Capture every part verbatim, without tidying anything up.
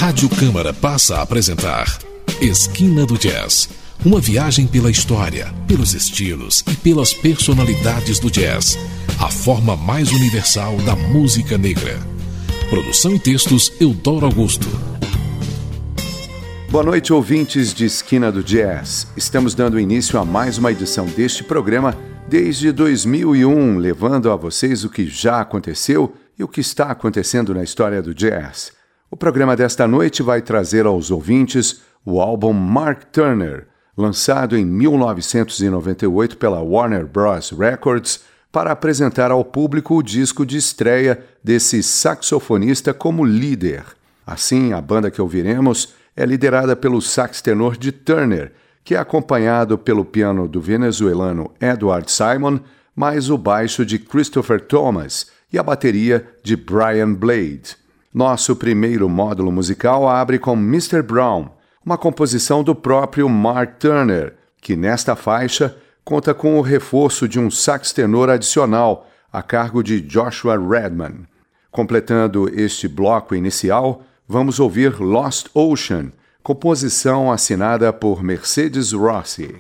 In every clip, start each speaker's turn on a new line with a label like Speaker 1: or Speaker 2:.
Speaker 1: Rádio Câmara passa a apresentar Esquina do Jazz, uma viagem pela história, pelos estilos e pelas personalidades do jazz, a forma mais universal da música negra. Produção e textos, Eudoro Augusto.
Speaker 2: Boa noite, ouvintes de Esquina do Jazz. Estamos dando início a mais uma edição deste programa desde dois mil e um, levando a vocês o que já aconteceu e o que está acontecendo na história do jazz. O programa desta noite vai trazer aos ouvintes o álbum Mark Turner, lançado em mil novecentos e noventa e oito pela Warner Bros. Records, para apresentar ao público o disco de estreia desse saxofonista como líder. Assim, a banda que ouviremos é liderada pelo sax tenor de Turner, que é acompanhado pelo piano do venezuelano Edward Simon, mais o baixo de Christopher Thomas e a bateria de Brian Blade. Nosso primeiro módulo musical abre com mister Brown, uma composição do próprio Mark Turner, que nesta faixa conta com o reforço de um sax tenor adicional a cargo de Joshua Redman. Completando este bloco inicial, vamos ouvir Lost Ocean, composição assinada por Mercedes Rossi.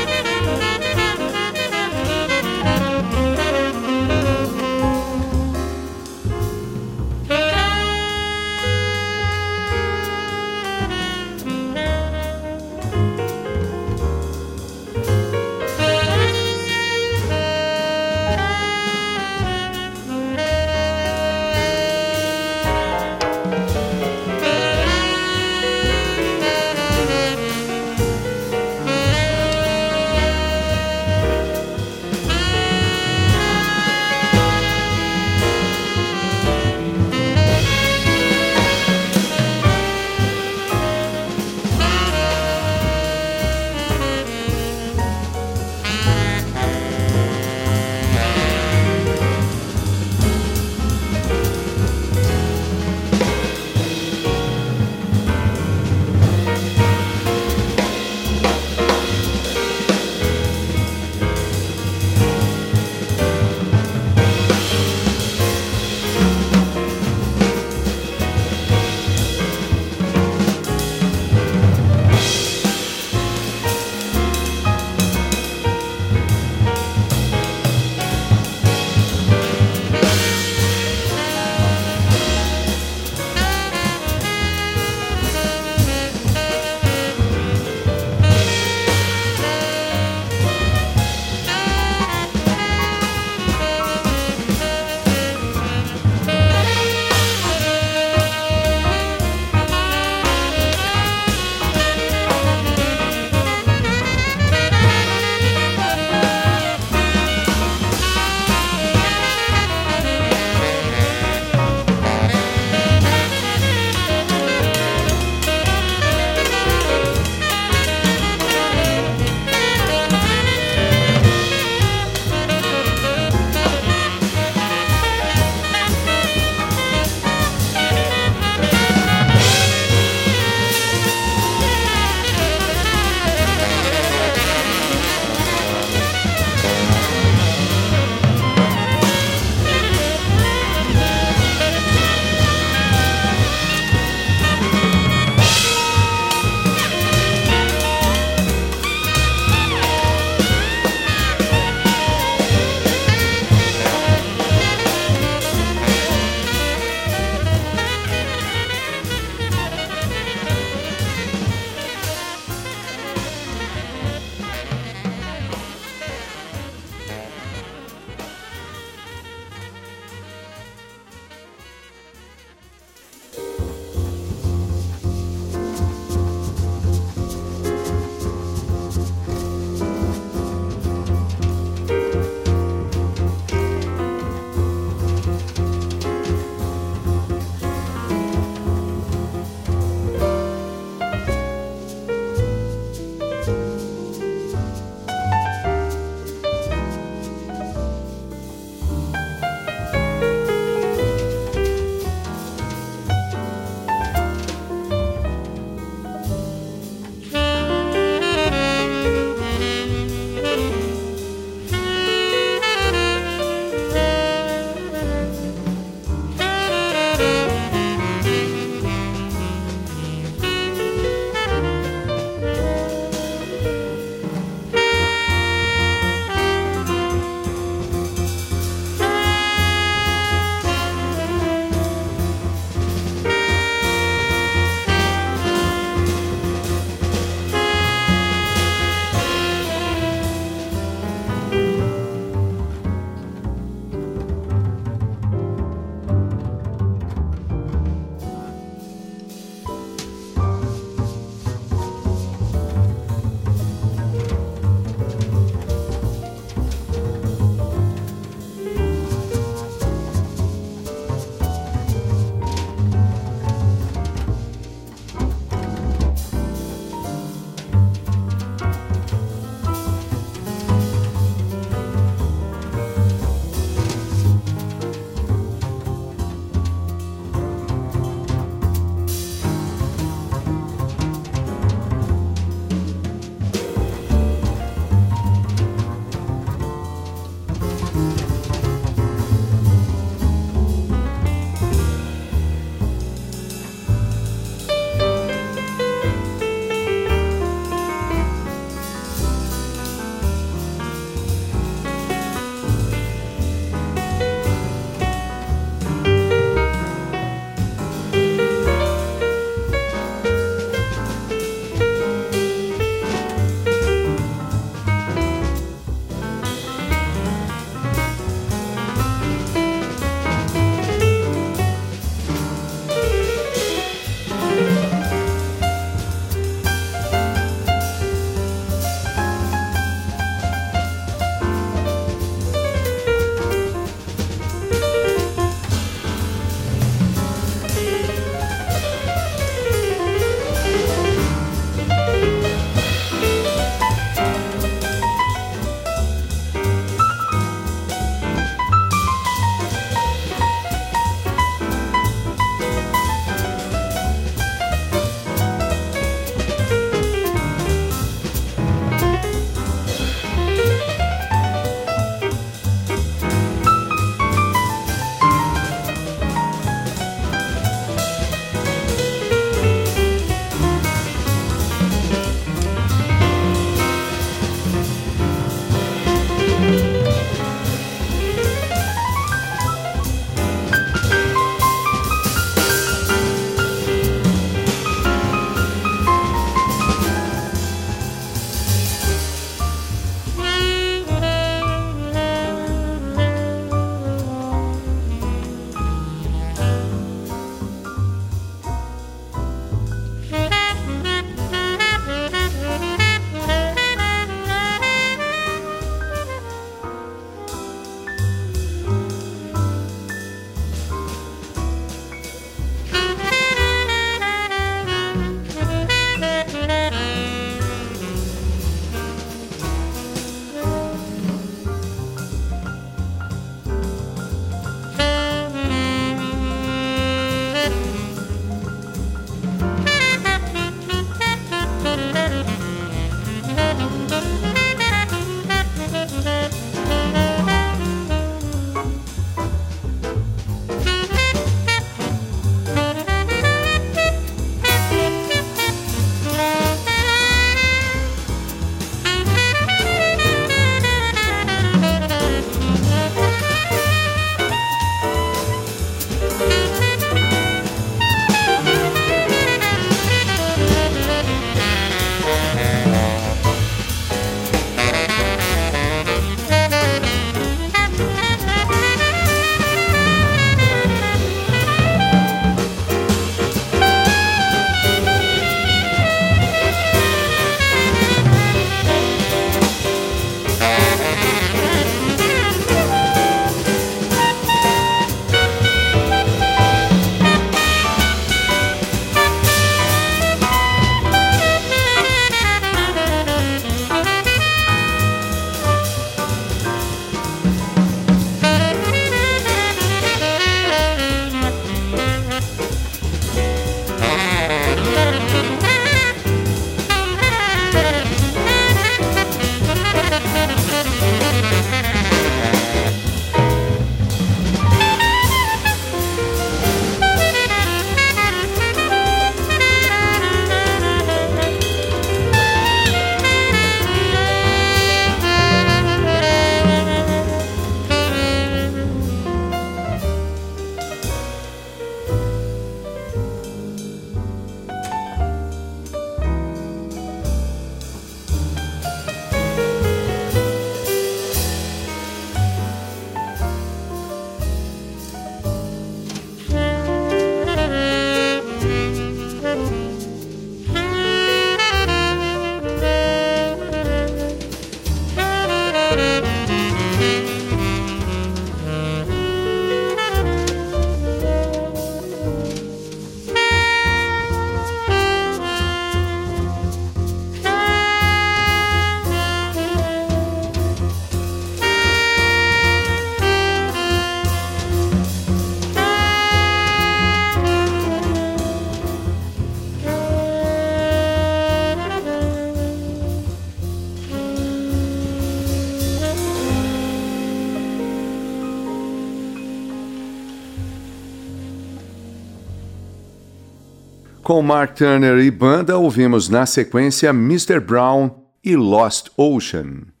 Speaker 2: Com Mark Turner e banda, ouvimos na sequência mister Brown e Lost Ocean.